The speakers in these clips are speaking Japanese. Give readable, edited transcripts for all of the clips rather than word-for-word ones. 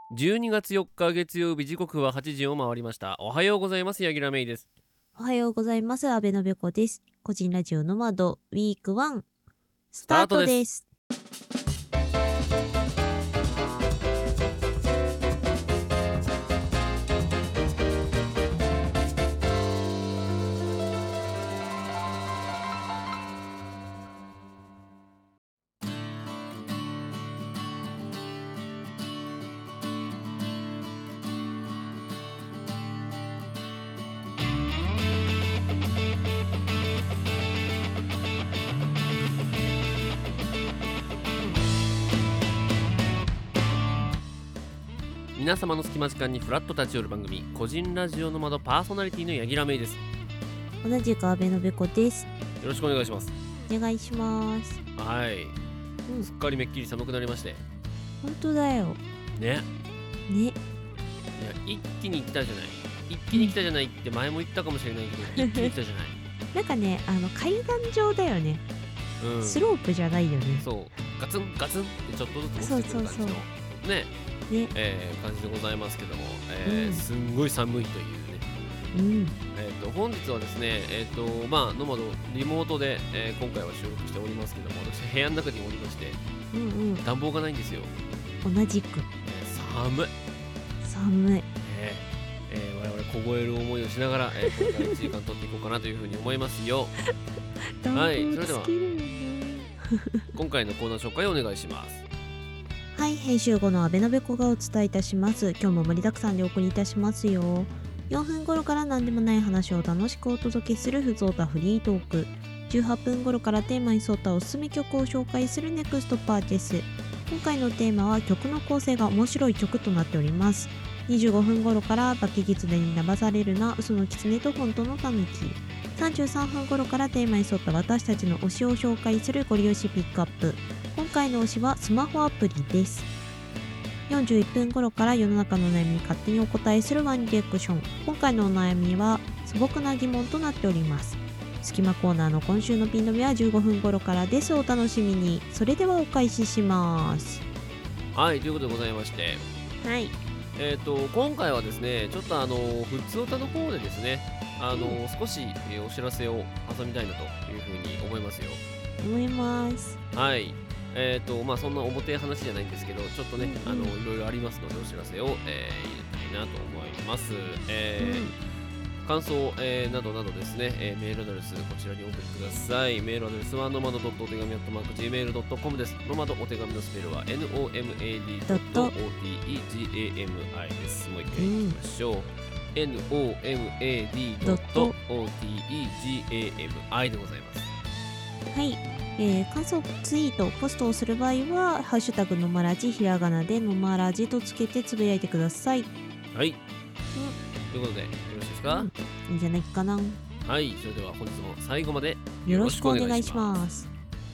12月4日月曜日、時刻は8時を回りました。おはようございます。柳楽芽衣です。 おはようございます。阿部のべこです。個人ラジオの窓ウィーク1スタートです。 皆様の隙間時間にフラッと立ち寄る番組、個人ラジオの窓パーソナリティの柳楽芽衣です。 同じく阿部のべこです。 よろしくお願いします。 お願いします。 はい、すっかりめっきり寒くなりまして。 本当だよね。 ね。 いや、一気に来たじゃない。一気に来たじゃないって前も言ったかもしれないけど、一気に来たじゃない。 なんかね、階段状だよね、スロープじゃないよね。 そう、ガツンガツンってちょっとずつ落ちてくる感じのね、感じでございますけども、すんごい寒いというね。本日はですね、ノマドリモートで、今回は収録しておりますけども、私部屋の中におりまして、暖房がないんですよ。 同じく、 寒い。我々凍える思いをしながら、これから1時間撮っていこうかなというふうに思いますよ。はい、それでは今回のコーナー紹介をお願いします。 はい、編集後の阿部のべこがお伝えいたします。今日も盛りだくさんでお送りいたしますよ。4分頃から何でもない話を楽しくお届けするふつおたフリートーク。18分頃からテーマに沿ったおすすめ曲を紹介するネクストパーティス。今回のテーマは曲の構成が面白い曲となっております。25分頃から化け狐に騙されるな、嘘の狐と本当の狸。33分頃からテーマに沿った私たちの推しを紹介するゴリ押しピックアップ。今回の推しはスマホアプリです。41分頃から世の中の悩みに勝手にお答えするワンディレクション。今回のお悩みは素朴な疑問となっております。隙間コーナーの今週のピン止めは15分頃からです。お楽しみに。それではお開始します。 はい、ということでございまして、 はい、 今回はですね、ちょっとふつおたの方でですね、少し、お知らせを挟みたいなというふうに思いますよ。 思います。 はい、そんな表話じゃないんですけど、ちょっとね、いろいろありますのでお知らせを、入れたいなと思います。感想、などなどですね、メールアドレスこちらにお送りください。メールアドレスはノマドお手紙@gmail.com です。ノマドお手紙のスペルは nomad.otegami です。もう一回いきましょう。nomad.otegami でございます。 はい、感想ツイートポストをする場合はハッシュタグのまらじ、ひらがなでのまらじとつけてつぶやいてください。 はい、ということでよろしいですか？ いいんじゃないかな。 はい、それでは本日も最後までよろしくお願いします。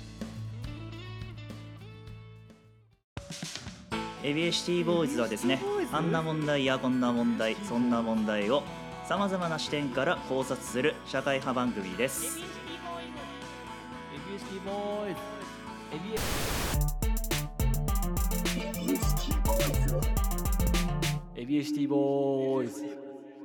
ABST ボーイズはですね、あんな問題やこんな問題、そんな問題をさまざまな視点から考察する社会派番組です。 ABST ボーイズ、ABST ボーイズ。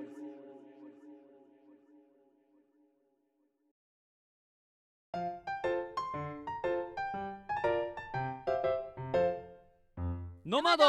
ノマド。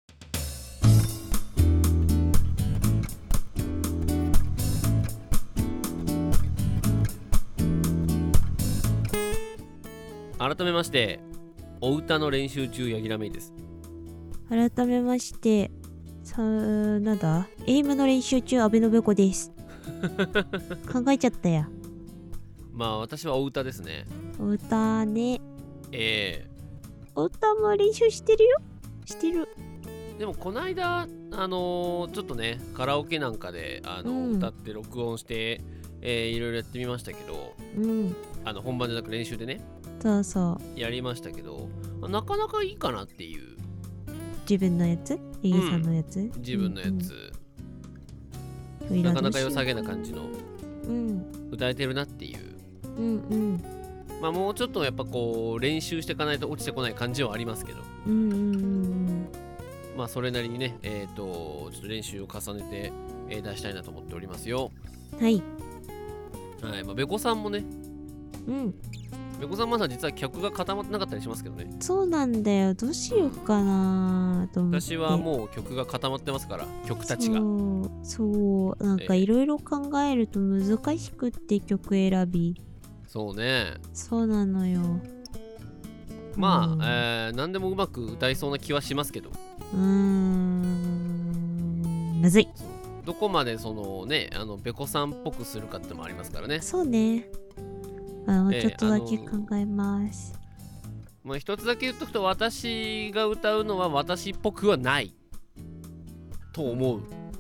改めましてお歌の練習中、柳楽芽衣です。 改めましてなんだ、エイムの練習中、阿部のべこです。考えちゃったや。 まあ私はお歌ですね。 お歌ね。お歌も練習してるよ。してる。 でもこの間ちょっとねカラオケなんかで歌って録音して、いろいろやってみましたけど、本番じゃなく練習でね、 そうやりましたけど、なかなかいいかなっていう。 自分のやつ、エギさんのやつ、 自分のやつ、なかなか良さげな感じの、歌えてるなっていう。まあもうちょっとやっぱこう練習していかないと落ちてこない感じはありますけど、 まあそれなりにねちょっと練習を重ねて、出したいなと思っておりますよ。 はい。 はい。まあべこさんもね、 うん。 べこさんまだ実は曲が固まってなかったりしますけどね。 そうなんだよ。どうしようかなと思って。 私はもう曲が固まってますから、曲たちが。 そう。なんかいろいろ考えると難しくって曲選び。 そうね。 そうなのよ。 まあ、何でもうまく歌いそうな気はしますけど。 むずい。 どこまでそのね、べこさんっぽくするかってもありますからね。 そうね。ちょっとだけ考えます。 まあ一つだけ言っとくと、私が歌うのは私っぽくはないと思う。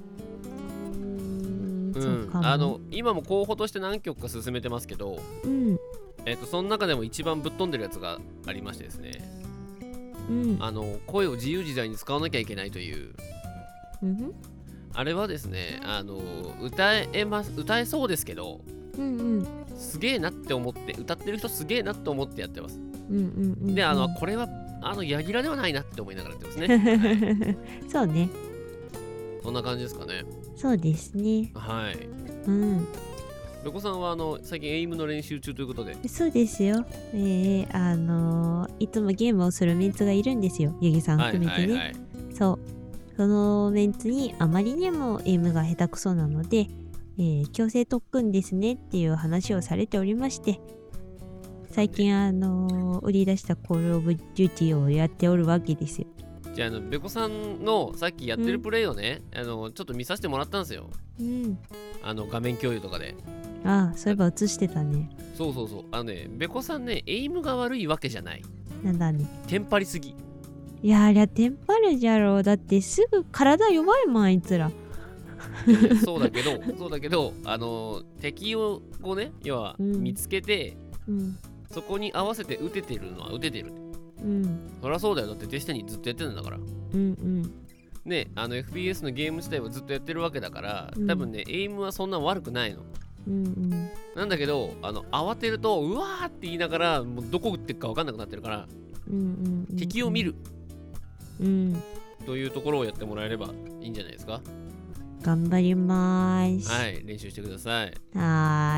今も候補として何曲か進めてますけど、その中でも一番ぶっ飛んでるやつがありましてですね、声を自由自在に使わなきゃいけないという、あれはですね、歌えそうですけど、すげえなって思って、歌ってる人すげえなって思ってやってます。で、これはヤギラではないなって思いながらやってますね。はい、 そうね。 そんな感じですかね。 そうですね。 はい。べこさんは最近エイムの練習中ということで。 そうですよ。いつもゲームをするメンツがいるんですよ。ヤギさん含めてね。そう。そのメンツにあまりにもエイムが下手くそなので、強制特訓ですねっていう話をされておりまして、最近売り出したコールオブデューティーをやっておるわけですよ。 じゃあべこさんのさっきやってるプレイをね、ちょっと見させてもらったんですよ。画面共有とかで。 ああ、そういえば映してたね。 そう。べこさんね、エイムが悪いわけじゃない。 なんだね。 テンパりすぎ。 いや、ありゃテンパるじゃろう。だってすぐ体弱いもん、あいつら。 そうだけど敵をね、要は見つけて、そこに合わせて撃ててるのは撃ててる。そりゃそうだよ。だってデスティニーずっとやってるんだから。ね、FPS のゲーム自体はずっとやってるわけだから、多分ね、エイムはそんな悪くないの。なんだけど、慌てるとうわーって言いながら、もうどこ撃ってるか分かんなくなってるから、敵を見る、というところをやってもらえればいいんじゃないですか。 頑張りまーす。 はい、練習してください。 はい。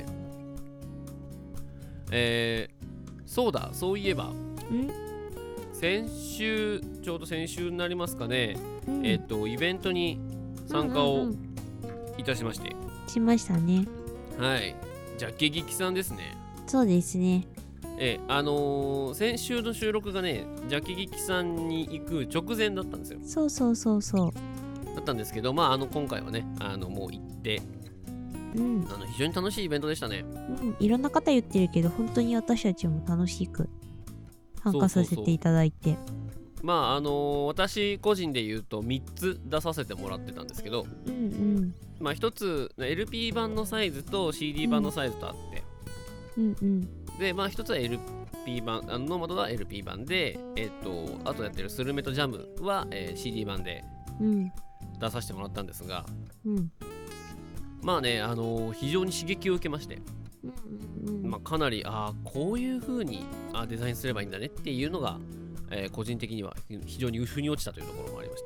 そうだ、そういえば、ちょうど先週になりますかね、イベントに参加をいたしまして。 しましたね。 はい。ジャケギキさんですね。 そうですね。 先週の収録がね、ジャケギキさんに行く直前だったんですよ。 そう。 だったんですけど、まあ今回はね、もう行って、非常に楽しいイベントでしたね。 いろんな方言ってるけど、本当に私たちも楽しく参加させていただいて。 まあ私個人で言うと3つ出させてもらってたんですけど、まあ1つ LP 版のサイズと CD 版のサイズとあって、でまあ1つは LP 版、ノーマドは LP 版で、あとやってるスルメとジャムは、CD 版で出させてもらったんですが、まあね、非常に刺激を受けまして、まあ、かなりこういう風にデザインすればいいんだねっていうのが、個人的には非常に腑に落ちたというところもありまして、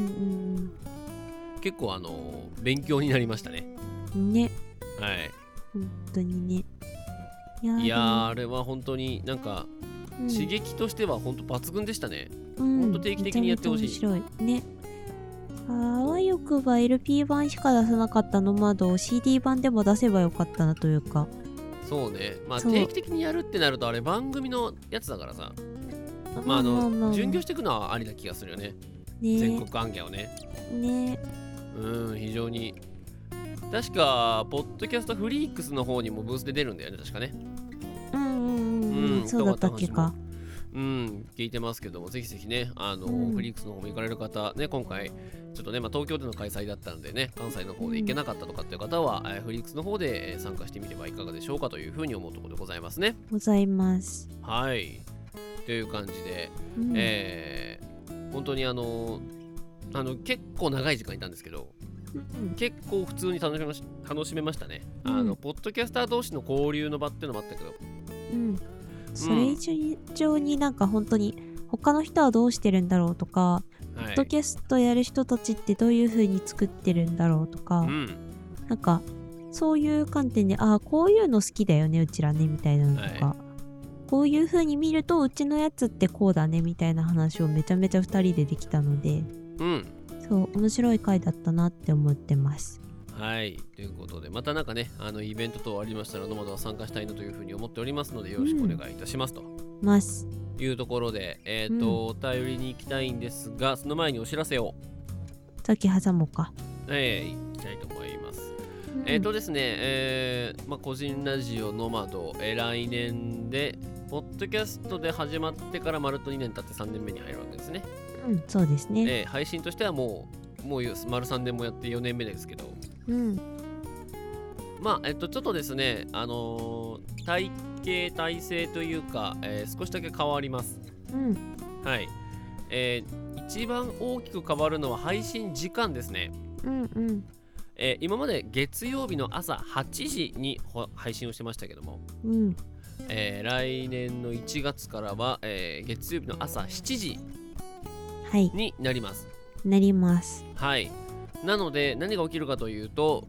結構勉強になりましたね。 ね。 はい。 本当にね。 いやあれは本当になんか、刺激としては本当抜群でしたね。本当定期的にやってほしい。 面白いね。あわよくば LP 版しか出さなかったノマドを CD 版でも出せばよかったなというか。 そうね。まあ定期的にやるってなるとあれ番組のやつだからさ、巡業していくのはありな気がするよね。全国アンケをね。非常に。確かポッドキャストフリークスの方にもブースで出るんだよね、確かね。 そうだったっけか。 聞いてますけども、ぜひぜひね、フリークスの方も行かれる方ね、今回ちょっとね、東京での開催だったのでね、関西の方で行けなかったとかっていう方は、フリークスの方で参加してみればいかがでしょうかというふうに思うところでございますね。 ございます。 はい。という感じで、本当に結構長い時間いたんですけど、結構普通に楽しめましたね。ポッドキャスター同士の交流の場っていうのもあったけど、 それ以上になんか本当に他の人はどうしてるんだろうとか、 ポッドキャストやる人たちってどういう風に作ってるんだろうとか、なんかそういう観点でこういうの好きだよねうちらねみたいなのとか、こういう風に見るとうちのやつってこうだねみたいな話をめちゃめちゃ2人でできたので、そう面白い回だったなって思ってます。 はい、ということでまたなんかねイベント等ありましたらノマドは参加したいなというふうに思っておりますのでよろしくお願いいたしますというところでお便りに行きたいんですが、その前にお知らせをさっき挟もうか。 いきたいと思います。ですね、個人ラジオノマド、来年でポッドキャストで始まってから丸と2年経って3年目に入るわけですね。 そうですね。 配信としてはもう丸3年もやって4年目ですけど、ちょっとですね体制というか、少しだけ変わります。はい、一番大きく変わるのは配信時間ですね。今まで月曜日の朝8時に配信をしてましたけども、来年の1月からは、月曜日の朝7時になります。はい。なので何が起きるかというと、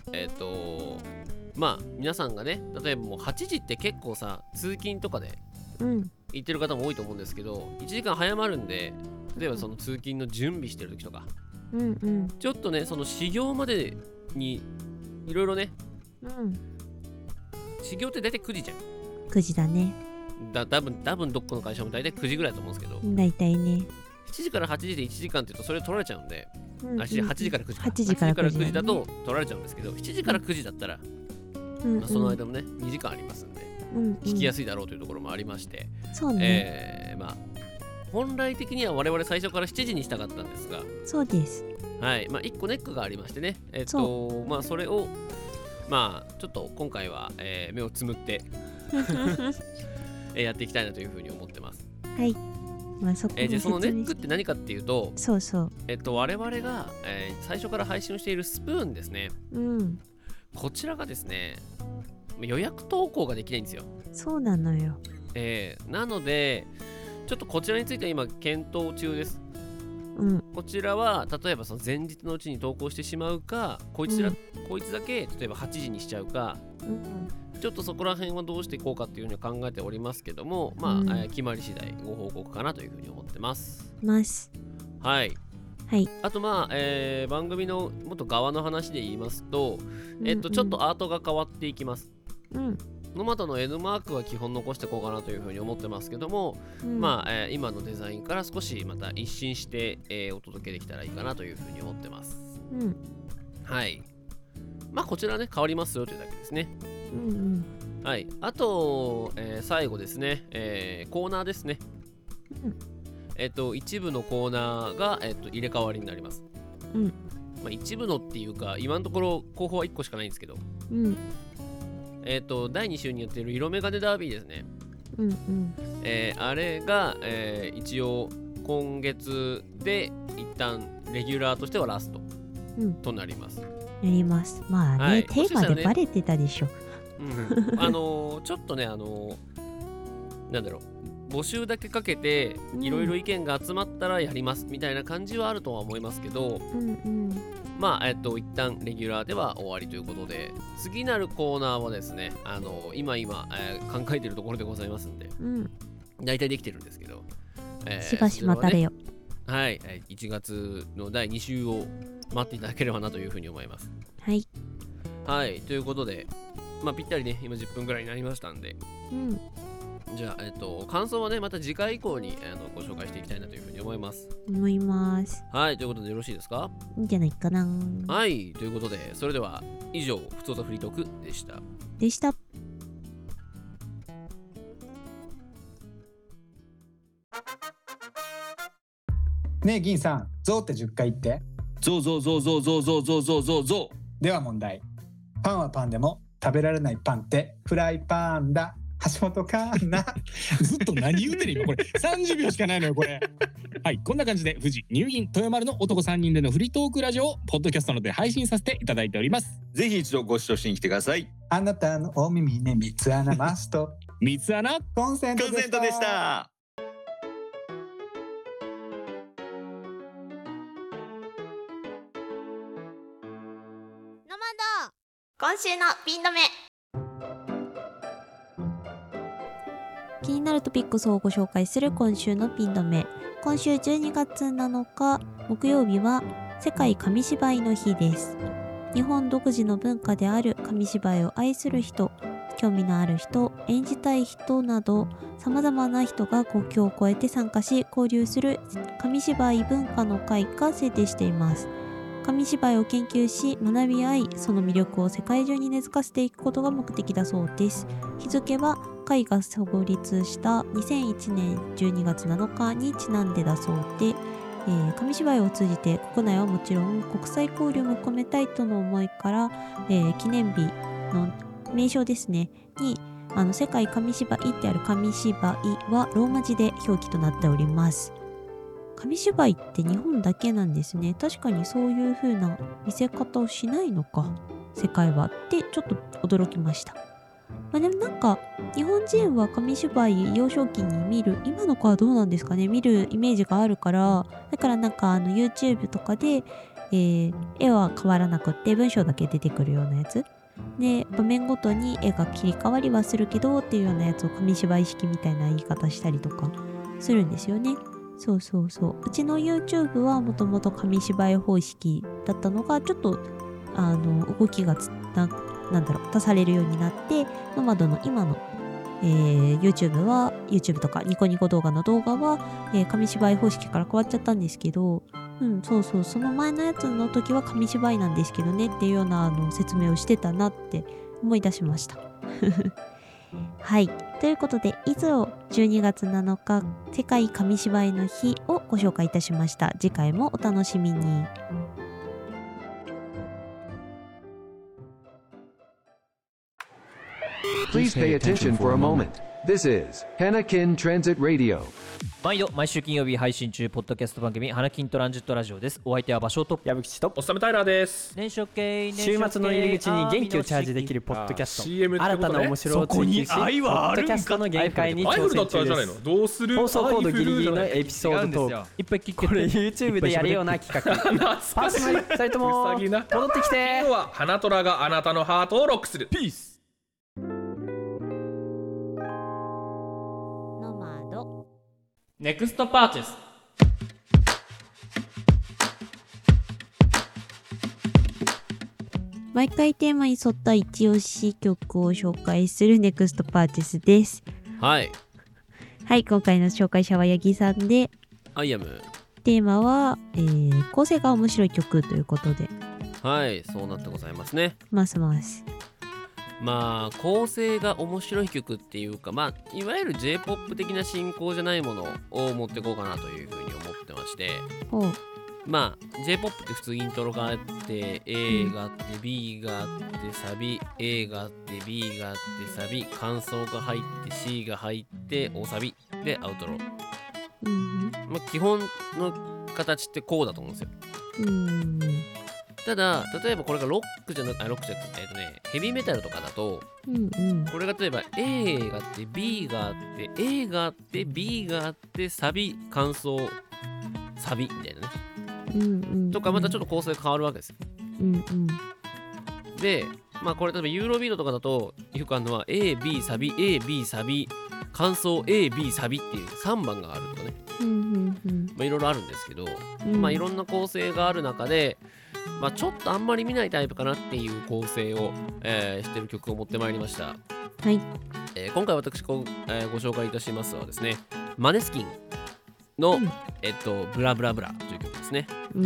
皆さんがね、例えばもう8時って結構さ通勤とかで行ってる方も多いと思うんですけど、1時間早まるんで、例えばその通勤の準備してる時とか、ちょっとねその始業までにいろいろね、始業って大体9時じゃん。 9時だね。 多分どっかの会社も大体9時ぐらいだと思うんですけど、 大体ね 7時から8時で1時間っていうとそれ取られちゃうんで、8時から9時 8時から9時だと取られちゃうんですけど、7時から9時だったら、その間もね2時間ありますんで、聞きやすいだろうというところもありまして、 そうね、 本来的には我々最初から7時にしたかったんですが、 そうです。 はい、1個ネックがありましてね、それをちょっと今回は、目をつむってやっていきたいなというふうに思ってます。 はい。そのネックって何かっていうと、我々が、最初から配信をしているスプーンですね。こちらがですね、予約投稿ができないんですよ。 そうなのよ。 なのでちょっとこちらについては今検討中です。こちらは例えばその前日のうちに投稿してしまうか、こいつだけ例えば8時にしちゃうか、ちょっとそこら辺はどうしていこうかっていうふうに考えておりますけども、決まり次第ご報告かなというふうに思ってます。はい。あと番組のもっと側の話で言いますと、ちょっとアートが変わっていきます。ノマドの N マークは基本残していこうかなというふうに思ってますけども、今のデザインから少しまた一新して、お届けできたらいいかなというふうに思ってます。はい。こちらね変わりますよというだけですね。はい。あと、最後ですね、コーナーですね。一部のコーナーが、入れ替わりになります。一部のっていうか今のところ候補は1個しかないんですけど、第2週にやっている色眼鏡ダービーですね。あれが、一応今月で一旦レギュラーとしてはラストとなります。 テーマでバレてたでしょ。 ちょっとねなんだろう、募集だけかけていろいろ意見が集まったらやりますみたいな感じはあるとは思いますけど、一旦レギュラーでは終わりということで、次なるコーナーはですね今、考えているところでございますんで、大体できてるんですけど、 しばし待たれよ。 はい、1月の第2週を待っていただければなというふうに思います。はい、ということでぴったりね今10分ぐらいになりましたんで、じゃあ、感想はねまた次回以降にご紹介していきたいなというふうに思います。はい、ということでよろしいですか？ いいんじゃないかな。 はい、ということでそれでは以上ふつおたフリートークでした。 ねえ銀さん、ゾウって10回言って。 ゾウゾウゾウゾウゾウゾウゾウゾウゾウゾウ。 では問題。パンはパンでも食べられないパンってフライパンだ。橋本環奈。 ずっと何言うてる今これ30秒しかないのよこれ。はい、こんな感じで富士乳銀豊丸の男3人でのフリートークラジオをポッドキャストなどで配信させていただいております。 ぜひ一度ご視聴しに来てください。 あなたのお耳に三つ穴マスト。 三つ穴コンセントでした。 今週のピン止め。気になるトピックスをご紹介する今週のピン止め。今週12月7日木曜日は世界紙芝居の日です。日本独自の文化である紙芝居を愛する人、興味のある人、演じたい人など様々な人が国境を越えて参加し交流する紙芝居文化の会が制定しています。紙芝居を研究し学び合い、その魅力を世界中に根付かせていくことが目的だそうです。日付は会が創立した2001年12月7日にちなんでだそうで、紙芝居を通じて国内はもちろん国際交流も込めたいとの思いから、記念日の名称ですねに世界紙芝居ってある紙芝居はローマ字で表記となっております。紙芝居って日本だけなんですね。確かにそういう風な見せ方をしないのか世界はってちょっと驚きました。でもなんか日本人は紙芝居幼少期に見る、今の子はどうなんですかね、見るイメージがあるから、だからなんかYouTube とかで、絵は変わらなくって文章だけ出てくるようなやつで、場面ごとに絵が切り替わりはするけどっていうようなやつを紙芝居式みたいな言い方したりとかするんですよね。そうそうそう。うちの YouTube はもともと紙芝居方式だったのがちょっと動きが足されるようになって、ノマドの今の、YouTube とかニコニコ動画の動画は、紙芝居方式から変わっちゃったんですけど、そうそう、その前のやつの時は紙芝居なんですけどねっていうような説明をしてたなって思い出しました。はい。ということで、以上12月7日世界紙芝居の日をご紹介いたしました。次回もお楽しみに。 Please pay attention for a moment. This is Hanakin Transit Radio. 毎週金曜日配信中ポッドキャスト番組花金トランジットラジオです。お相手は場所と矢吹とおっさめタイラーです。 年初系週末の入り口に元気をチャージできるポッドキャスト、新たな面白を追求し、ポッドキャストの限界に挑戦中です。 どうする放送コードギリギリのエピソードトーク、 いっぱい聞けこれ YouTube でやるような企画。パーソナリティ2人とも戻ってきて。 今日は花虎があなたのハートをロックする。ピース。 ノマドネクストパーチェス。 毎回テーマに沿った一押し曲を紹介するネクストパーチェスです。 はい。 はい、今回の紹介者は八木さんで、 アイアム。 テーマは、構成が面白い曲ということで。 はい、そうなってございますね。 ますます。 まあ構成が面白い曲っていうか、まあいわゆる J-POP 的な進行じゃないものを持っていこうかなというふうに思ってまして、まあ J-POP って普通イントロがあって A があって B があってサビ A があって B があってサビ間奏が入って C が入って大サビでアウトロ、まあ、基本の形ってこうだと思うんですよ。ただ例えばこれがロックじゃなくてヘビーメタルとかだと、これが例えば A があって B があって A があって B があってサビ間奏サビみたいなね、とかまたちょっと構成変わるわけですよ。でまあこれ例えばユーロビートとかだとよくあるのは AB サビ AB サビ間奏 AB サビっていう3番があるとかね、まあいろいろあるんですけど、まあいろんな構成がある中でまあちょっとあんまり見ないタイプかなっていう構成を、してる曲を持ってまいりました。 はい。 今回私ご紹介いたしますはですね、マネスキンの、ブラブラブラという曲ですね。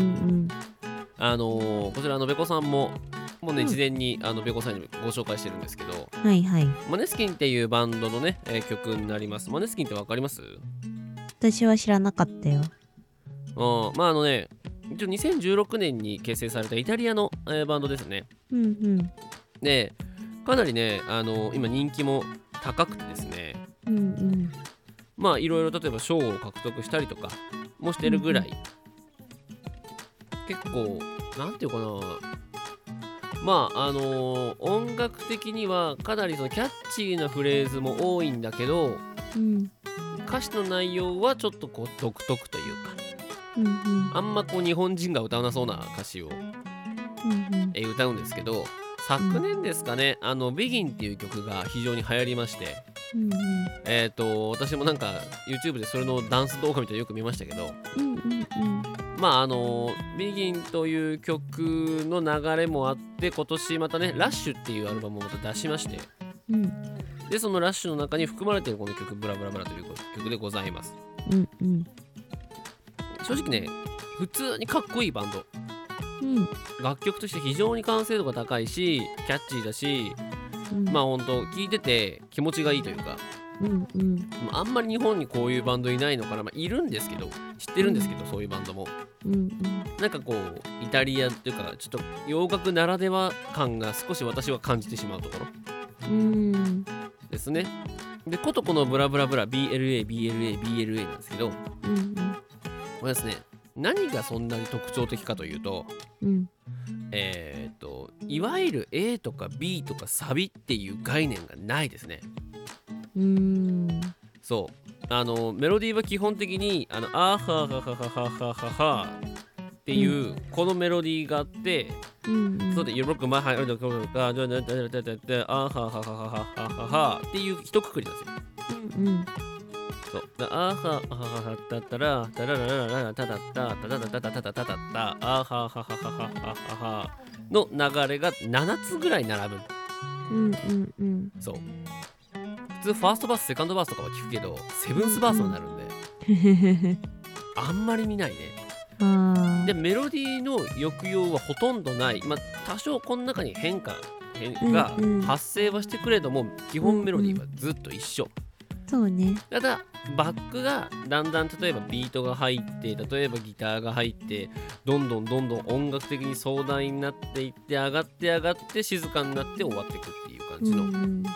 こちらベコさんもね、事前にベコさんにご紹介してるんですけど、マネスキンっていうバンドのね、曲になります。マネスキンってわかります？ 私は知らなかったよ。 まあね、一応2016年に結成されたイタリアの、バンドですね。でかなりね今人気も高くてですね、まあいろいろ例えば賞を獲得したりとかもしてるぐらい、結構なんていうかな、まあ音楽的にはかなりそのキャッチーなフレーズも多いんだけど、歌詞の内容はちょっとこう独特というか、あんまこう日本人が歌わなそうな歌詞を、歌うんですけど、 昨年ですかね、Begin っていう曲が非常に流行りまして、私もなんか YouTube でそれのダンス動画みたいなのよく見ましたけど、まあBegin という曲の流れもあって、今年またねラッシュっていうアルバムをまた出しまして、でそのラッシュの中に含まれているこの曲ブラブラブラという曲でございます。正直ね普通にかっこいいバンド、楽曲として非常に完成度が高いしキャッチーだし、まあほんと聴いてて気持ちがいいというか、あんまり日本にこういうバンドいないのかな、いるんですけど知ってるんですけど、そういうバンドも、なんかこうイタリアっていうかちょっと洋楽ならでは感が少し私は感じてしまうところですね。でことこのブラブラブラ BLA なんですけど、これですね、何がそんなに特徴的かというと、いわゆる A とか B とかサビっていう概念がないですね。そうメロディーは基本的にあはははははははっていうこのメロディーがあって、そうで「よろくまはるところがあはははははっていう一括りなんですよ。そうあはははたったらたららららただったただただただただったあはははははの流れが7つぐらい並ぶ。そう普通ファーストバースセカンドバースとかは聞くけどセブンスバースになるんであんまり見ないね。でメロディーの抑揚はほとんどない。多少この中に変化が発生はしてくれども、基本メロディーはずっと一緒。 そうね。 ただバックがだんだん例えばビートが入って例えばギターが入ってどんどん音楽的に壮大になっていって上がって静かになって終わっていくっていう感じの、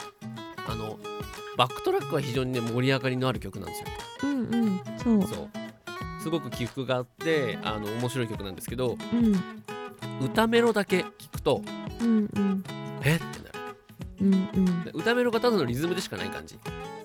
バックトラックは非常にね盛り上がりのある曲なんですよ。そうすごく起伏があって面白い曲なんですけど、歌メロだけ聞くと、えってなる。歌メロがただのリズムでしかない感じ、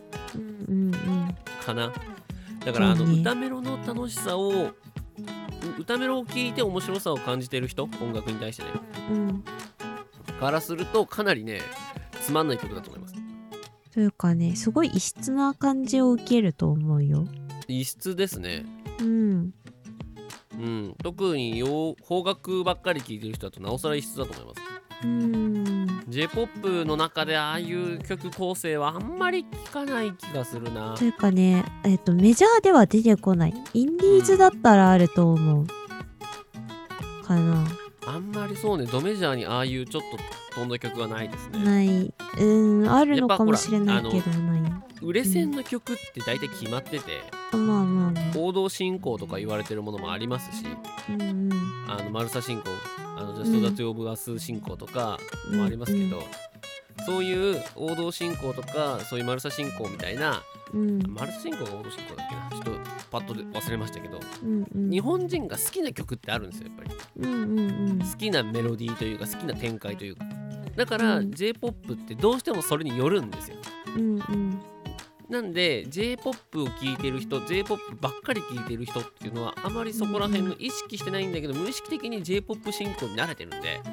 かな。だから歌メロの楽しさを歌メロを聴いて面白さを感じている人、音楽に対してね、からするとかなりねつまんない曲だと思います。 というかね、すごい異質な感じを受けると思うよ。 異質ですね。特に邦楽ばっかり聴いてる人だとなおさら異質だと思います。J-POP の中でああいう曲構成はあんまり聞かない気がするな。 というかね、メジャーでは出てこない。インディーズだったらあると思う、かな。 あんまりそうね、ドメジャーにああいうちょっと飛んだ曲はないですね。 ない。あるのかもしれないけどない。 売れ線の曲って大体決まってて、王道進行とか言われてるものもありますし、マルサ進行、ジャストダトゥオブアス進行とかもありますけど、そういう王道進行とかそういうマルサ進行みたいな、マルサ進行が王道進行だっけな、ちょっとパッとで忘れましたけど、日本人が好きな曲ってあるんですよ、やっぱり。好きなメロディーというか好きな展開というか、だから、J-POP ってどうしてもそれによるんですよ。なんで J-POP を聴いてる人、 J-POP ばっかり聴いてる人っていうのはあまりそこら辺の意識してないんだけど、無意識的に J-POP 進行に慣れてるんで、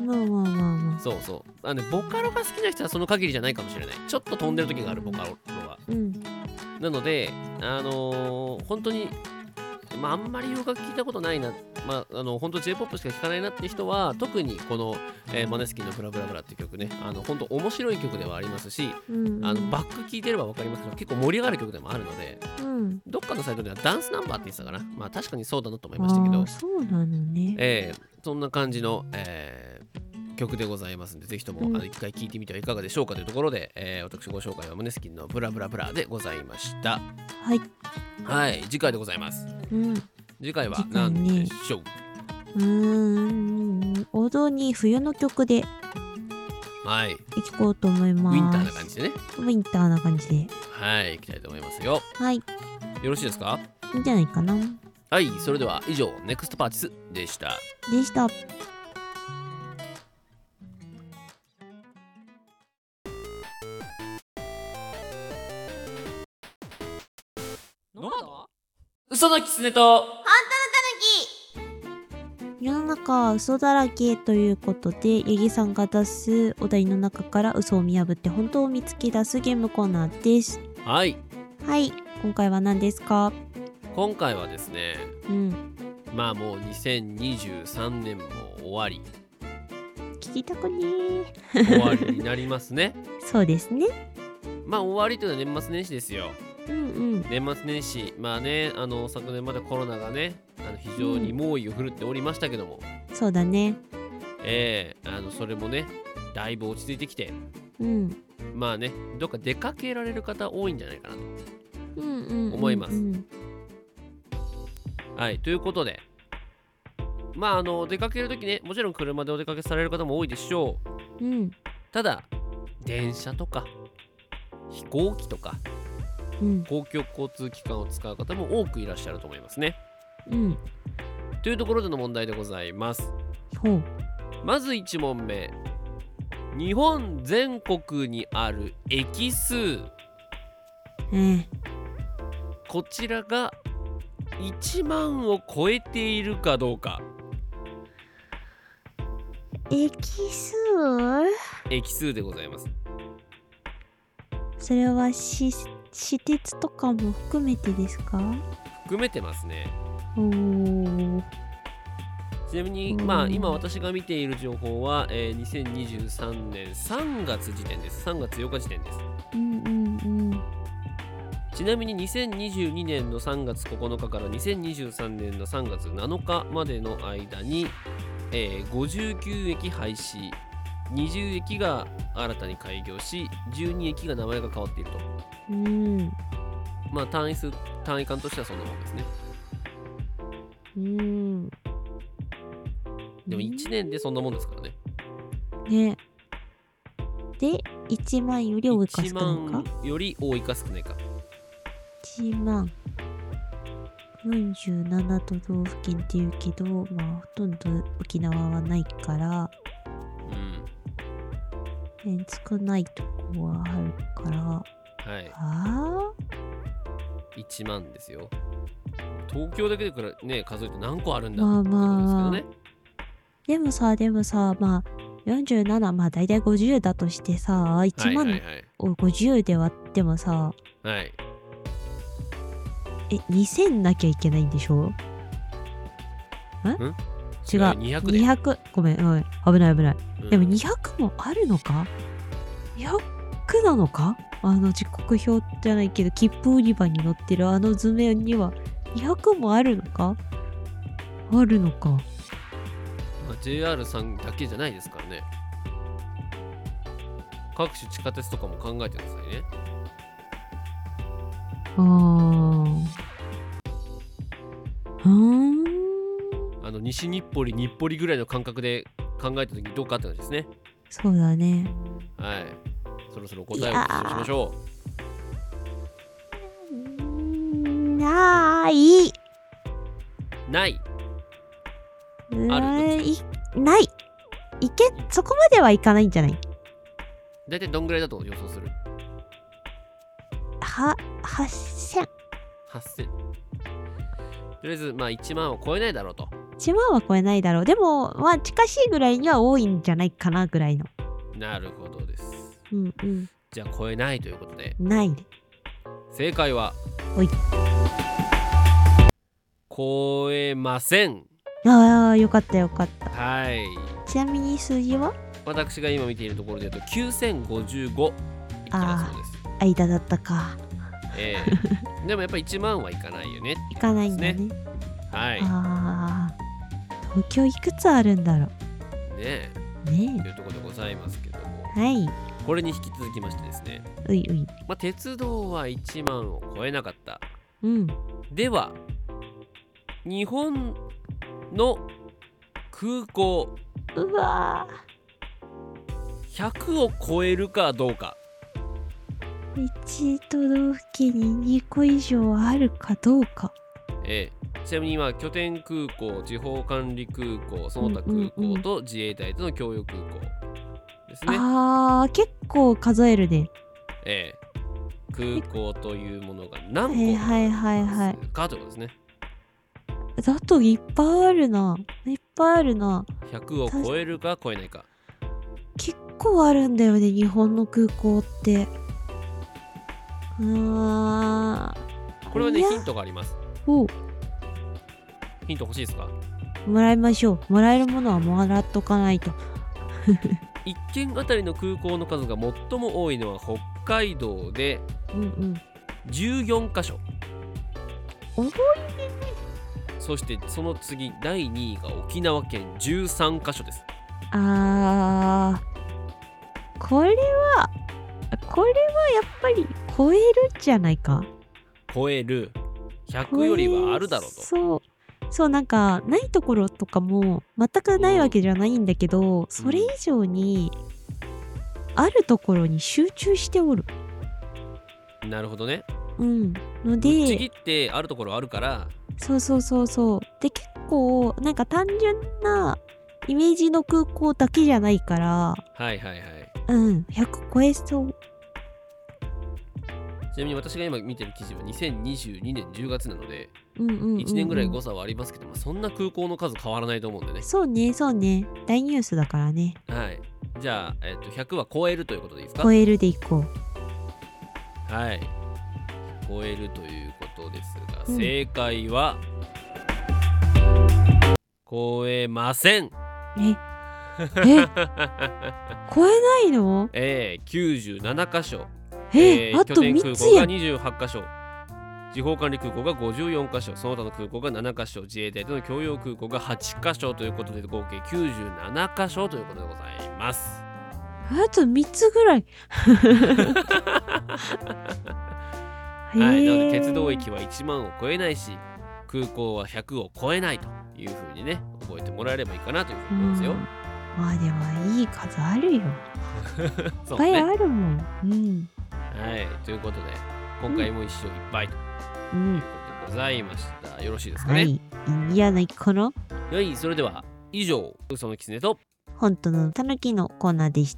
そうボカロが好きな人はその限りじゃないかもしれない。ちょっと飛んでる時があるボカロは、なので本当にあんまり洋楽聞いたことないな、本当 J-POP しか聴かないなって人は特にこの、マネスキンのブラブラブラっていう曲ね、本当面白い曲ではありますし、バック聴いてれば分かりますけど結構盛り上がる曲でもあるので、どっかのサイトではダンスナンバーって言ってたかな。確かにそうだなと思いましたけど、 そうなのね。 そんな感じの、曲でございますので、ぜひとも一回聴いてみてはいかがでしょうかというところで、私ご紹介はマネスキンのブラブラブラでございました。はい、次回でございます。次回は何でしょう。 王道に冬の曲でいこうと思います。 ウィンターな感じでね。 ウィンターな感じで。 はい、いきたいと思いますよ。 はい。よろしいですか？ いいんじゃないかな。 はい、それでは以上、ネクストパーティスでした。嘘のキツネと本当のタヌキ。 世の中は嘘だらけということで、八木さんが出すお題の中から嘘を見破って本当を見つけ出すゲームコーナーです。 はい。 はい。今回は何ですか？ 今回はですね、まあもう2023年も終わり。 聞きたくねー。終わりになりますね。 そうですね。 まあ終わりというのは年末年始ですよ。 年末年始、まあね、昨年までコロナがね、非常に猛威を振るっておりましたけども、 そうだね。 それもね、だいぶ落ち着いてきて、まあね、どっか出かけられる方多いんじゃないかなと思います。はい、ということで、まあ出かけるときね、もちろん車でお出かけされる方も多いでしょう。ただ、電車とか飛行機とか、公共交通機関を使う方も多くいらっしゃると思いますね。というところでの問題でございます。まず1問目。日本全国にある駅数、こちらが1万を超えているかどうか。 駅数？ 駅数でございます。 それは私鉄とかも含めてですか？ 含めてますね。ちなみに、まあ今私が見ている情報は、2023年3月時点です。3月8日時点です。ちなみに2022年の3月9日から2023年の3月7日までの間に、59駅廃止、20駅が新たに開業し、12駅が名前が変わっていると。まあ単位間としてはそんなもんですね。でも1年でそんなもんですからね。 ね。で、1万より多いか少ないか？ 1万より多いか少ないか。 1万47都道府県っていうけど、まあほとんど沖縄はないから、少ないとこはあるから、 はい。1万ですよ。東京だけでからね、数えて何個あるんだってことですけどね。 でもさ、まあ47、まあ大体50だとしてさ、1万を50で割ってもさ、2000なきゃいけないんでしょ？違う、200。ごめん、危ない。でも200もあるのか？ 200 なのか？時刻表じゃないけど、切符売り場に載ってる図面には200もあるのか？あるのか。 JR さんだけじゃないですからね。各種地下鉄とかも考えてくださいね。西日暮里、日暮里ぐらいの感覚で考えたときどうかって感じですね。 そうだね。 はい。そろそろ答えを発表しましょう。ない。ない。そこまではいかないんじゃない？ だいたいどんぐらいだと予想する ？8000。 とりあえず、まあ1万を超えないだろうと。 1万は超えないだろう。でも、まあ近しいぐらいには多いんじゃないかなぐらいの。 なるほどです。じゃあ超えないということで。 ないで。 正解は超えません。 よかった。 はい。 ちなみに数字は？ 私が今見ているところで言うと9055いったそうです。 間だったか。 でもやっぱり1万はいかないよね。 いかないんだね。 はい。 東京いくつあるんだろう。 ねというところでございますけども。 はい。 これに引き続きましてですね。まあ、鉄道は1万を超えなかった。では、日本の空港。100を超えるかどうか。 1都道府県に2個以上あるかどうか。 ちなみに今拠点空港、地方管理空港、その他空港と自衛隊との共用空港ですね。 結構数えるね。 空港というものが何個かということですね。 だといっぱいあるな。いっぱいあるな。 100を超えるか超えないか。 結構あるんだよね、日本の空港って。 これはね、ヒントがあります。ヒント欲しいですか？ もらいましょう。もらえるものはもらっとかないと。 1県あたりの空港の数が最も多いのは北海道で14カ所。 多いね。 そしてその次第2位が沖縄県13カ所です。 これはやっぱり超えるんじゃないか。 超える。100よりはあるだろうと。 そうなんかないところとかも全くないわけじゃないんだけど、それ以上にあるところに集中しておる。 なるほどね。 のでぶっちぎってあるところあるから。 そうで、結構なんか単純なイメージの空港だけじゃないから、100超えそう。 ちなみに私が今見てる記事は2022年10月なので、1年ぐらい誤差はありますけど、そんな空港の数変わらないと思うんでね。 そうね大ニュースだからね。 はい。じゃあ、100は超えるということでいいですか？ 超えるでいこう。はい、超えるということですが、正解は超えません。 超えないの ？97カ所。 あと3つや。 拠点空港が28カ所、地方管理空港が54カ所、その他の空港が7カ所、自衛隊との共用空港が8カ所ということで、合計97カ所ということでございます。 あと3つぐらい。 はい、なので鉄道駅は1万を超えないし、空港は100を超えないというふうにね、覚えてもらえればいいかなというふうに思いますよ。 まあでもいい数あるよ。いっぱいあるもん。 はい、ということで今回も一生いっぱいということでございました。よろしいですかね？ いいやないかな。 はい、それでは以上、嘘のキツネと本当のたぬきのコーナーでした。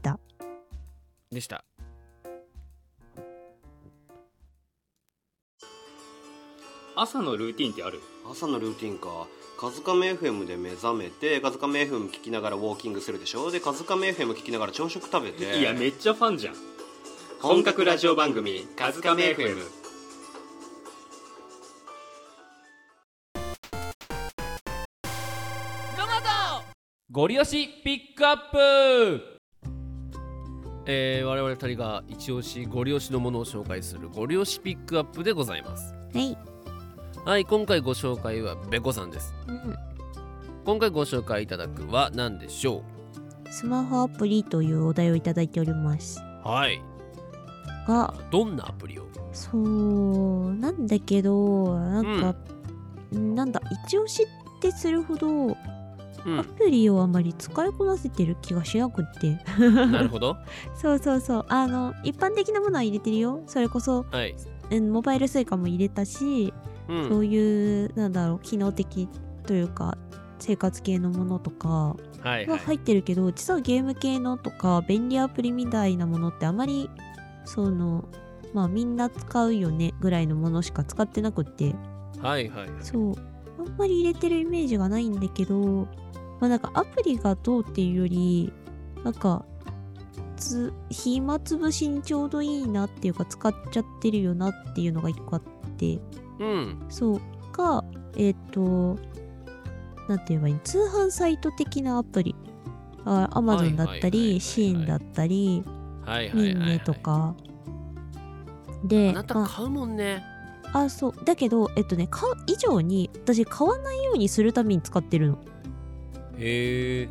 朝のルーティンってある？ 朝のルーティンか。カズカメ FM で目覚めて、カズカメ FM 聞きながらウォーキングするでしょ。でカズカメ FM 聞きながら朝食食べて。 いや、めっちゃファンじゃん。 本格ラジオ番組カズカメ FM。 ゴリ押しピックアップ。 我々2人が一押しゴリ押しのものを紹介するゴリ押しピックアップでございます。はい、今回ご紹介はべこさんです。今回ご紹介いただくは何でしょう？スマホアプリというお題をいただいております。 はい。どんなアプリを？ そうなんだけど、なんだ一押しってするほどアプリをあまり使いこなせてる気がしなくってなるほど。 そう一般的なものは入れてるよ。それこそ、モバイルスイカも入れたし、そういう機能的というか生活系のものとかは入ってるけど、実はゲーム系のとか便利アプリみたいなものってあまりみんな使うよねぐらいのものしか使ってなくって、そうあんまり入れてるイメージがないんだけど、アプリがどうっていうより暇つぶしにちょうどいいなっていうか、使っちゃってるよなっていうのが一個あって、そうかなんて言えばいい、通販サイト的なアプリ、Amazon だったりシーンだったりミンネとかで、 あなた買うもんね。 そうだけど買う以上に私買わないようにするために使ってるの。 へえ。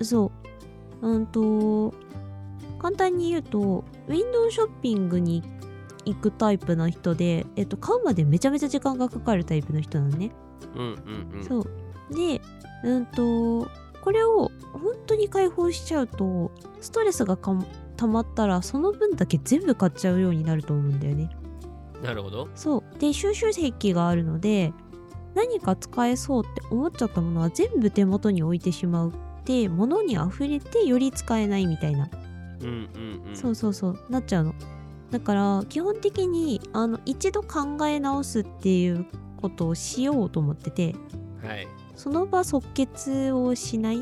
そう簡単に言うとウィンドウショッピングに行くタイプな人で、買うまでめちゃめちゃ時間がかかるタイプの人なのね。そうでこれを本当に開放しちゃうとストレスが溜まったらその分だけ全部買っちゃうようになると思うんだよね。 なるほど。 そうで、収集癖があるので、何か使えそうって思っちゃったものは全部手元に置いてしまうって物に溢れてより使えないみたいな、そうなっちゃうの。だから基本的に一度考え直すっていうことをしようと思ってて、 はい、 その場即決をしない、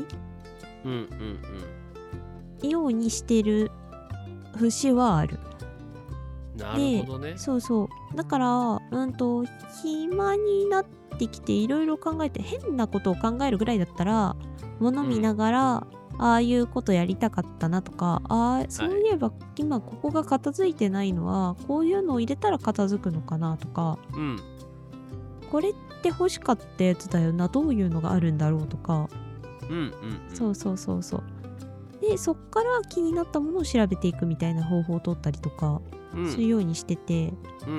ようにしてる節はある。 なるほどね。 そうそうだから暇になってきていろいろ考えて変なことを考えるぐらいだったら物見ながら、ああいうことやりたかったなとか、そういえば今ここが片付いてないのはこういうのを入れたら片付くのかなとか、これって欲しかったやつだよな、どういうのがあるんだろうとか、そうでそっから気になったものを調べていくみたいな方法を取ったりとかするようにしてて、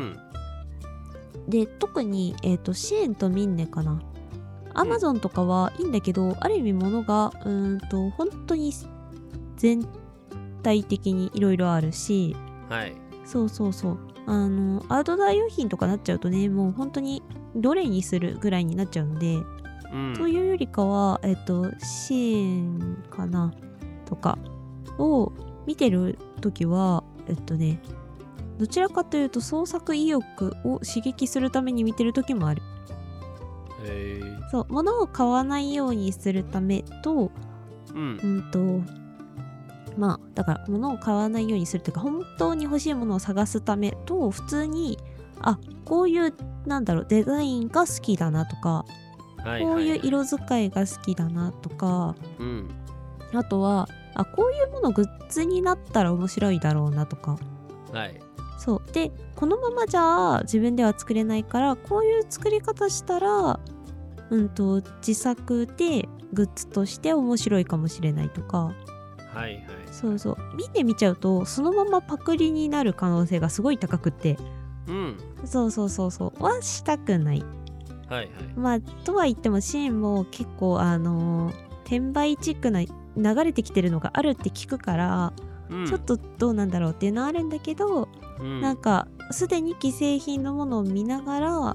で特にシエンとミンネかな、アマゾンとかはいいんだけど、ある意味物が本当に全体的にいろいろあるし、そうアウトドア用品とかなっちゃうとね、もう本当にどれにするぐらいになっちゃうので、というよりかはシエンかなとかを見てるときはどちらかというと創作意欲を刺激するために見てるときもある。そう物を買わないようにするためと、まあだから物を買わないようにするというか本当に欲しいものを探すためと、普通にこういうデザインが好きだなとか、こういう色使いが好きだなとか、あとはこういうものグッズになったら面白いだろうなとか、そうでこのままじゃ自分では作れないからこういう作り方したら自作でグッズとして面白いかもしれないとか、そう見てみちゃうとそのままパクリになる可能性がすごい高くって、そうはしたくない。まあとは言ってもシーンも結構転売チックな流れてきてるのがあるって聞くから、ちょっとどうなんだろうっていうのはあるんだけど、なんかすでに既製品のものを見ながら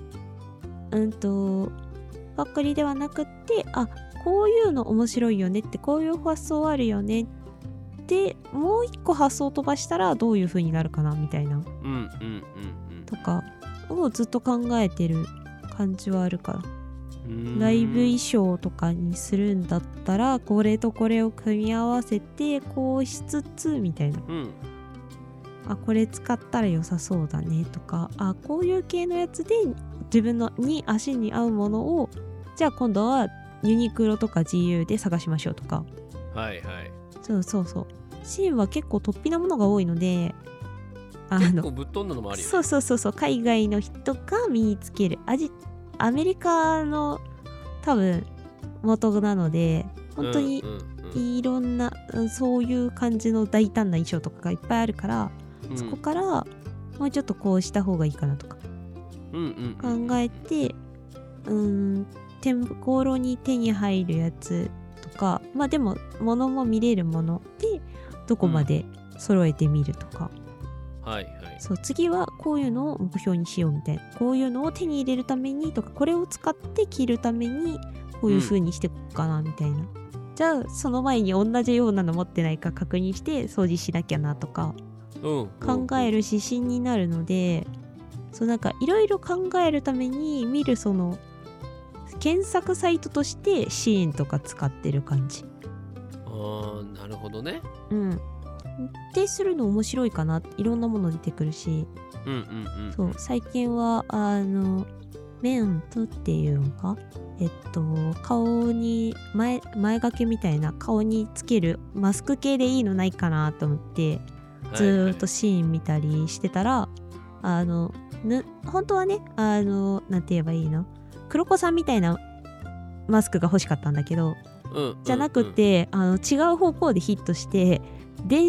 パクリではなくってこういうの面白いよねって、こういう発想あるよねってもう一個発想を飛ばしたらどういう風になるかなみたいなとかをずっと考えてる感じはあるから、ライブ衣装とかにするんだったらこれとこれを組み合わせてこうしつつみたいな、これ使ったら良さそうだねとか、こういう系のやつで自分の足に合うものをじゃあ今度はユニクロとか GU で探しましょうとか、そうシーンは結構突飛なものが多いので、 結構ぶっ飛んだのもあるよね。 そう海外の人が身につけるアメリカの多分元なので本当にいろんな、そういう感じの大胆な衣装とかがいっぱいあるから、そこからもうちょっとこうした方がいいかなとか考えて、手頃に手に入るやつとか、まあでも物も見れるものでどこまで揃えてみるとか、そう次はこういうのを目標にしようみたいな、こういうのを手に入れるためにとか、これを使って着るためにこういう風にしていこうかなみたいな、じゃあその前に同じようなの持ってないか確認して掃除しなきゃなとか考える指針になるので、そうなんかいろいろ考えるために見るその検索サイトとしてシーンとか使ってる感じ。 なるほどね。 でするの面白いかな、いろんなもの出てくるし、そう最近はメントっていうのか顔に前掛けみたいな顔につけるマスク系でいいのないかなと思ってずーっとシーン見たりしてたら、本当はねなんて言えばいいの、黒子さんみたいなマスクが欲しかったんだけど、じゃなくて違う方向でヒットして電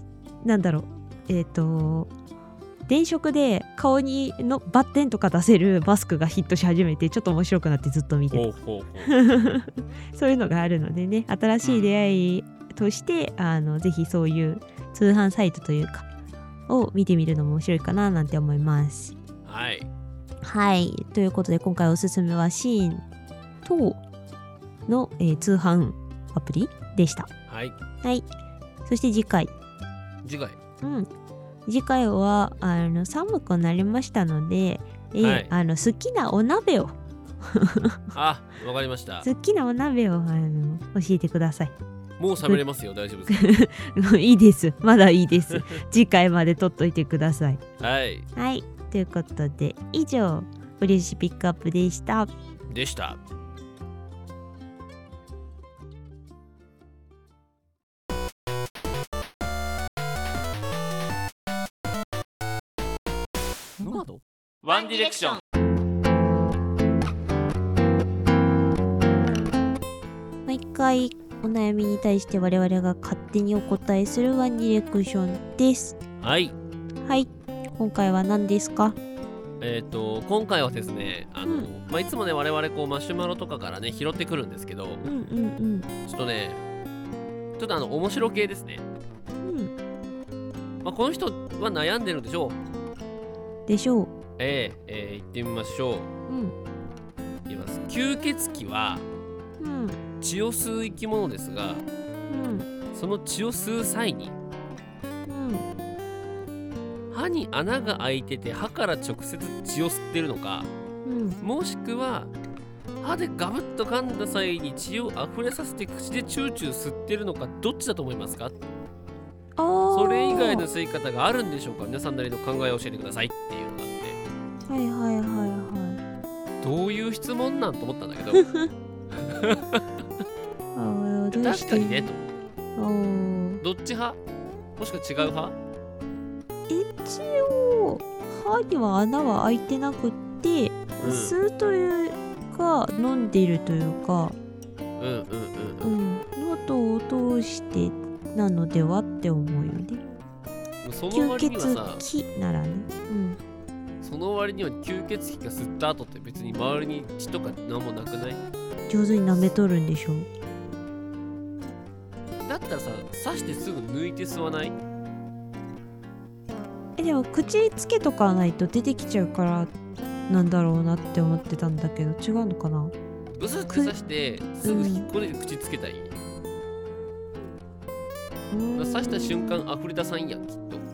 飾で顔にのバッテンとか出せるマスクがヒットし始めて、ちょっと面白くなってずっと見てるそういうのがあるのでね、新しい出会いとして、ぜひそういう通販サイトというかを見てみるのも面白いかななんて思います。はいということで今回おすすめはシーン等の、通販アプリでした。そして次回は寒くなりましたので、好きなお鍋をあ、わかりました。 好きなお鍋を教えてください。 もう喋れますよ。大丈夫ですか？いいです。まだいいです。次回まで取っといてください。 はい。 はい。ということで、以上、フレッシュピックアップでした。 でした。 ワンディレクション。 毎回お悩みに対して我々が勝手にお答えするワンディレクションです。 はい。 はい。今回は何ですか？ 今回はですね、いつもね我々こうマシュマロとかからね拾ってくるんですけど、ちょっとね、面白系ですね。この人は悩んでるんでしょう。でしょう。 行ってみましょう。いきます。吸血鬼は、血を吸う生き物ですが、その血を吸う際に、歯に穴が開いてて歯から直接血を吸ってるのか、もしくは歯でガブッと噛んだ際に血を溢れさせて口でチューチュー吸ってるのか、どっちだと思いますか？それ以外の吸い方があるんでしょうか？皆さんなりの考えを教えてくださいっていうのがあって、どういう質問なんと思ったんだけど確かにねと。どっち派？もしくは違う派？ 一応歯には穴は開いてなくって、吸うというか飲んでるというか、喉を通してなのではって思うよね。 その割にはさ、 吸血鬼ならね。 その割には吸血鬼が吸った後って別に周りに血とか何もなくない？ 上手に舐めとるんでしょ。 だったらさ、刺してすぐ抜いて吸わない？ でも口につけとかないと出てきちゃうからなんだろうなって思ってたんだけど、違うのかな？ ブスって刺してすぐ引っこ抜いて口つけたい。刺した瞬間溢れ出さんやん、きっと。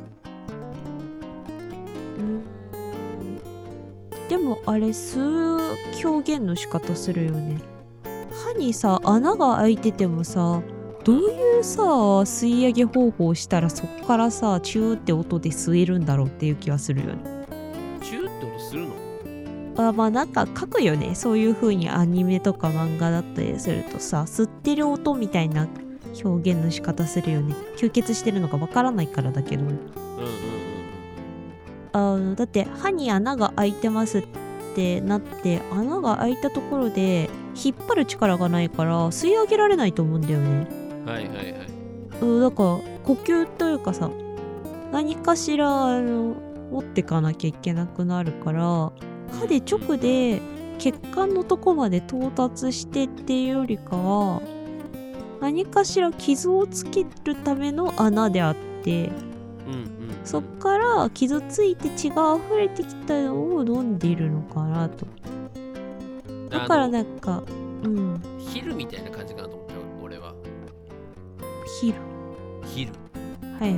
でもあれ吸う表現の仕方するよね。歯にさ穴が開いててもさ、どういうさ吸い上げ方法をしたらそっからさチューって音で吸えるんだろうっていう気はするよね。 チューって音するの？ なんか書くよね。そういう風にアニメとか漫画だったりするとさ、吸ってる音みたいな表現の仕方するよね。吸血してるのかわからないからだけど、だって歯に穴が開いてますってなって、穴が開いたところで引っ張る力がないから吸い上げられないと思うんだよね。だから呼吸というかさ、何かしら持ってかなきゃいけなくなるから、歯で直で血管のとこまで到達してっていうよりかは、何かしら傷をつけるための穴であって、そっから傷ついて血が溢れてきたのを飲んでいるのかなと。だからなんかヒルみたいな感じかなと思ったよ、俺は。 ヒルはいはい。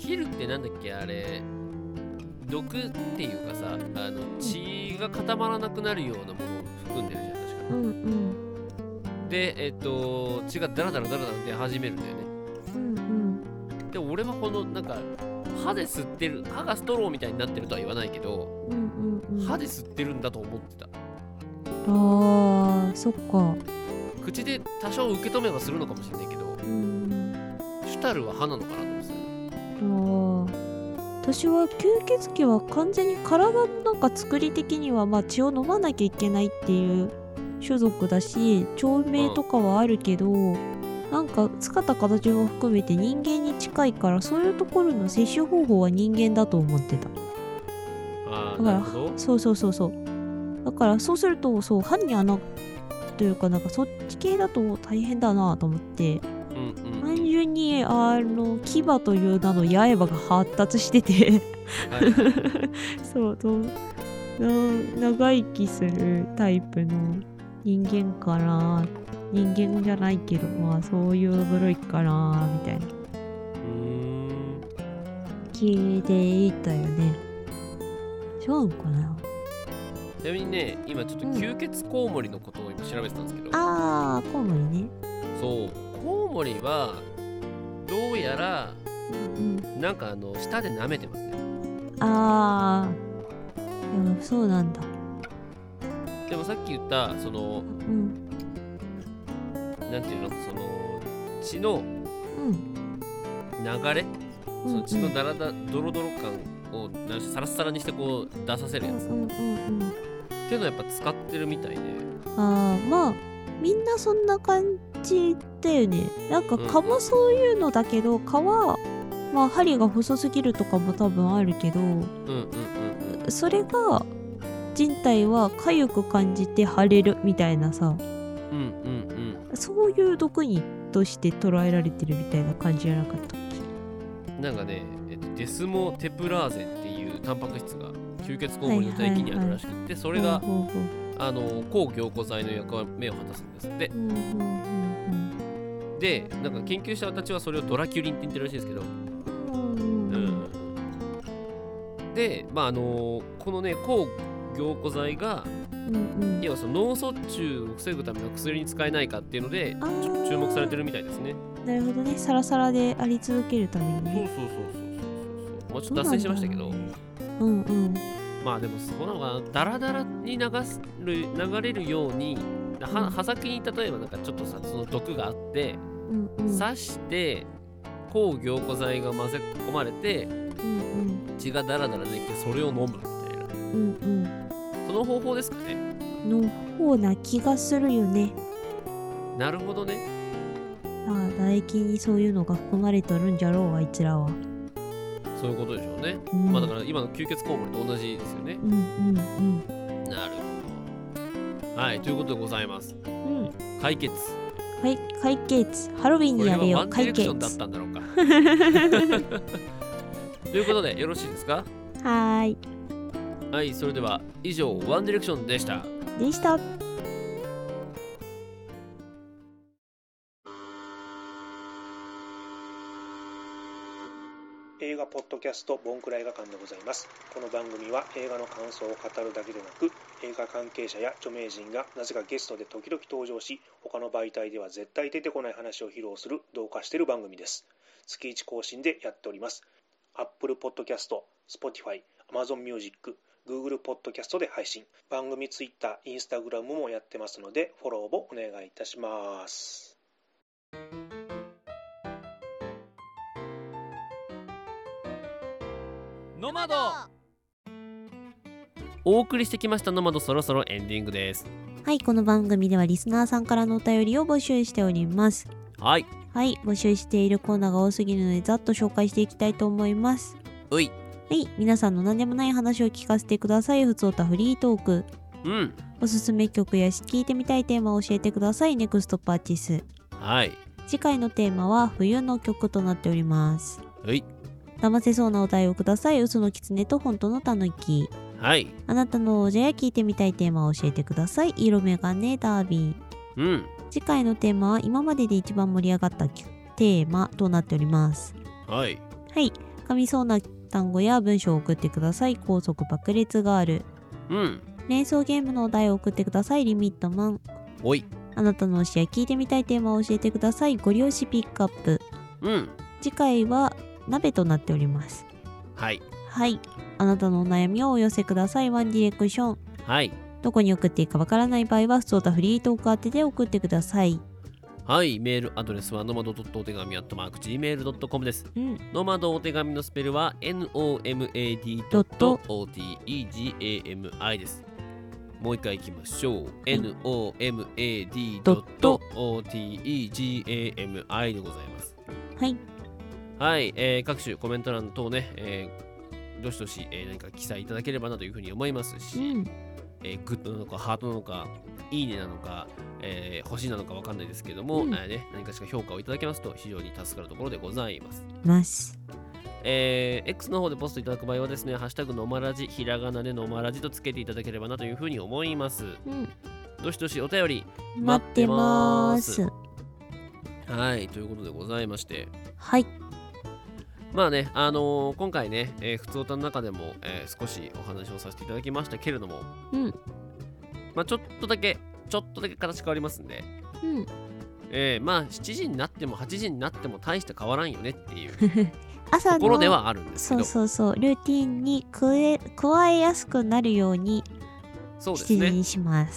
ヒルってなんだっけ、あれ毒っていうかさ、血が固まらなくなるようなものを含んでるじゃん、確か。で血がダラダラ出始めるんだよね。で俺はこのなんか歯で吸ってる、歯がストローみたいになってるとは言わないけど、歯で吸ってるんだと思ってた。 そっか。 口で多少受け止めはするのかもしれないけど、シュタルは歯なのかなと思ってた。私は吸血鬼は完全に体のなんか作り的には血を飲まなきゃいけないっていう種族だし、長命とかはあるけど、なんか姿形も含めて人間に近いから、そういうところの摂取方法は人間だと思ってた。だからそうだからそうすると、歯に穴というかなんかそっち系だと大変だなと思って、単純に牙という名の刃が発達してて長生きするタイプの人間かな。人間じゃないけどそういう部類かなみたいな聞いていたよね。違うのかな。 なみにね、今ちょっと吸血コウモリのことを今調べてたんですけど、 あー、コウモリね。 そう、コウモリはどうやら、なんか舌で舐めてますね。 あー、でもそうなんだ。 でもさっき言ったその、なんていうの、その血の流れ、その血のドロドロ感をサラッサラにしてこう出させるやつ、っていうのをやっぱ使ってるみたいで。 まあみんなそんな感じだよね。なんか蚊もそういうのだけど、蚊はまあ針が細すぎるとかも多分あるけど、それが人体は痒く感じて腫れるみたいなさ、そういう毒にとして捉えられてるみたいな感じじゃなかったっけ？なんかね、デスモテプラーゼっていうタンパク質が吸血コウモリの唾液にあるらしくて、それが抗凝固剤の役目を果たすんですって。で、なんか研究者たちはそれをドラキュリンって言ってるらしいですけど、で、まあこのね、抗凝固剤が、要はその脳卒中を防ぐための薬に使えないかっていうので注目されてるみたいですね。 なるほどね、サラサラであり続けるためにね。 そう。もうちょっと脱線しましたけど、まあでもそのがダラダラに流れるように、刃先に例えばなんかちょっとさ、その毒があって、刺して抗凝固剤が混ぜ込まれて、血がダラダラできてそれを飲むみたいな、その方法ですかね。 の方な気がするよね。 なるほどね。 唾液にそういうのが含まれてるんじゃろう、あいつらは。 そういうことでしょうね。まあだから今の吸血コウモリと同じですよね。なるほど。はい、ということでございます。解決。 解決。ハロウィンにやれよ、解決。 これはワンディレクションだったんだろうか。ということでよろしいですか？ はい、 それでは以上ワンディレクションでした。 映画ポッドキャストボンクラ映画館でございます。この番組は映画の感想を語るだけでなく、映画関係者や著名人がなぜかゲストで時々登場し、他の媒体では絶対出てこない話を披露する同化している番組です。月1更新でやっております。Apple Podcast、Spotify、Amazon Music、Google Podcast で配信。番組 Twitter、Instagram もやってますので、フォローをお願いいたします。 ノマド。お送りしてきましたノマド、そろそろエンディングです。 はい、この番組ではリスナーさんからのお便りを募集しております。 はい、 募集しているコーナーが多すぎるのでざっと紹介していきたいと思います。皆さんの何でもない話を聞かせてください。ふつおたフリートーク。おすすめ曲や聞いてみたいテーマを教えてください。ネクストパーティス。次回のテーマは冬の曲となっております。騙せそうなお題をください。嘘の狐と本当のタヌキ。あなたの王者や聞いてみたいテーマを教えてください。色眼鏡ダービー。次回のテーマは今までで一番盛り上がったテーマとなっております。噛みそうな単語や文章を送ってください。高速爆裂ガール。連想ゲームのお題を送ってください。リミットマン。あなたの推しや聞いてみたいテーマを教えてください。ご両親ピックアップ。次回は鍋となっております。あなたのお悩みをお寄せください。ワンディレクション。どこに送っていいかわからない場合は、ふつおたフリートーク宛てで送ってください。 メールアドレスはノマドお手紙@gmail.com です。ノマドお手紙のスペルは nomad.otegami です。もう一回いきましょう。nomad.otegami でございます。各種コメント欄等ね、どしどし、何か記載いただければなというふうに思いますし、グッドなのかハートなのかいいねなのか、欲しいなのか分かんないですけども、何かしら評価をいただけますと非常に助かるところでございます。X の方でポストいただく場合はですね、ハッシュタグのまらじ、ひらがなでのまらじとつけていただければなというふうに思います。どしどしお便り待ってます。ということでございまして、まあね、今回ね、ふつおたの中でも、少しお話をさせていただきましたけれども、 まあちょっとだけ形変わりますんで、まあ7時になっても8時になっても大して変わらんよねっていう朝のところではあるんですけど、 そうルーティンに加えやすくなるように7時にします。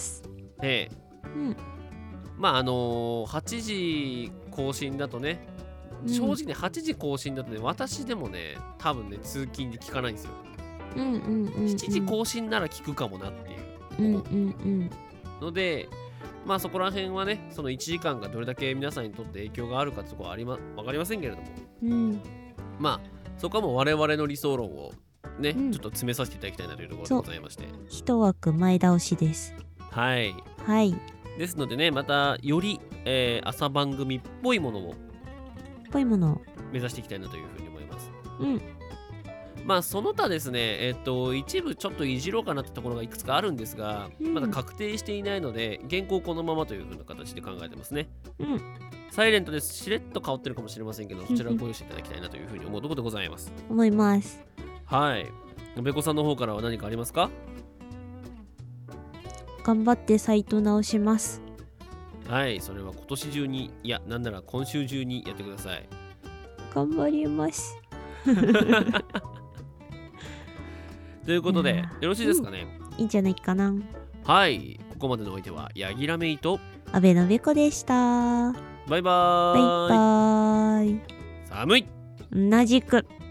まあ8時更新だとね、正直ね8時更新だとね、私でもね多分ね通勤で聞かないんですよ。7時更新なら聞くかもなっていうので、まあそこら辺はね、その1時間がどれだけ皆さんにとって影響があるかってところは分かりませんけれども、まあそこはもう我々の理想論をね、ちょっと詰めさせていただきたいなというところでございまして、 一枠前倒しです。 はいですのでね、またより、朝番組っぽいものを目指していきたいなというふうに思います。まあその他ですね、一部ちょっといじろうかなってところがいくつかあるんですが、まだ確定していないので原稿このままという風な形で考えてますね。サイレントです。しれっと変わってるかもしれませんけど、そちらをご用意していただきたいなという風に思うところでございます。 思います。 はい。べこさんの方からは何かありますか？ 頑張ってサイト直します。 はい、それは今年中に、いやなんなら今週中にやってください。 頑張りますということでよろしいですかね？ いいんじゃないかな。 はい、ここまでのお相手はヤギラメイと阿部のべこでした。 バイバーイ。 バイバーイ。 寒い。 同じく。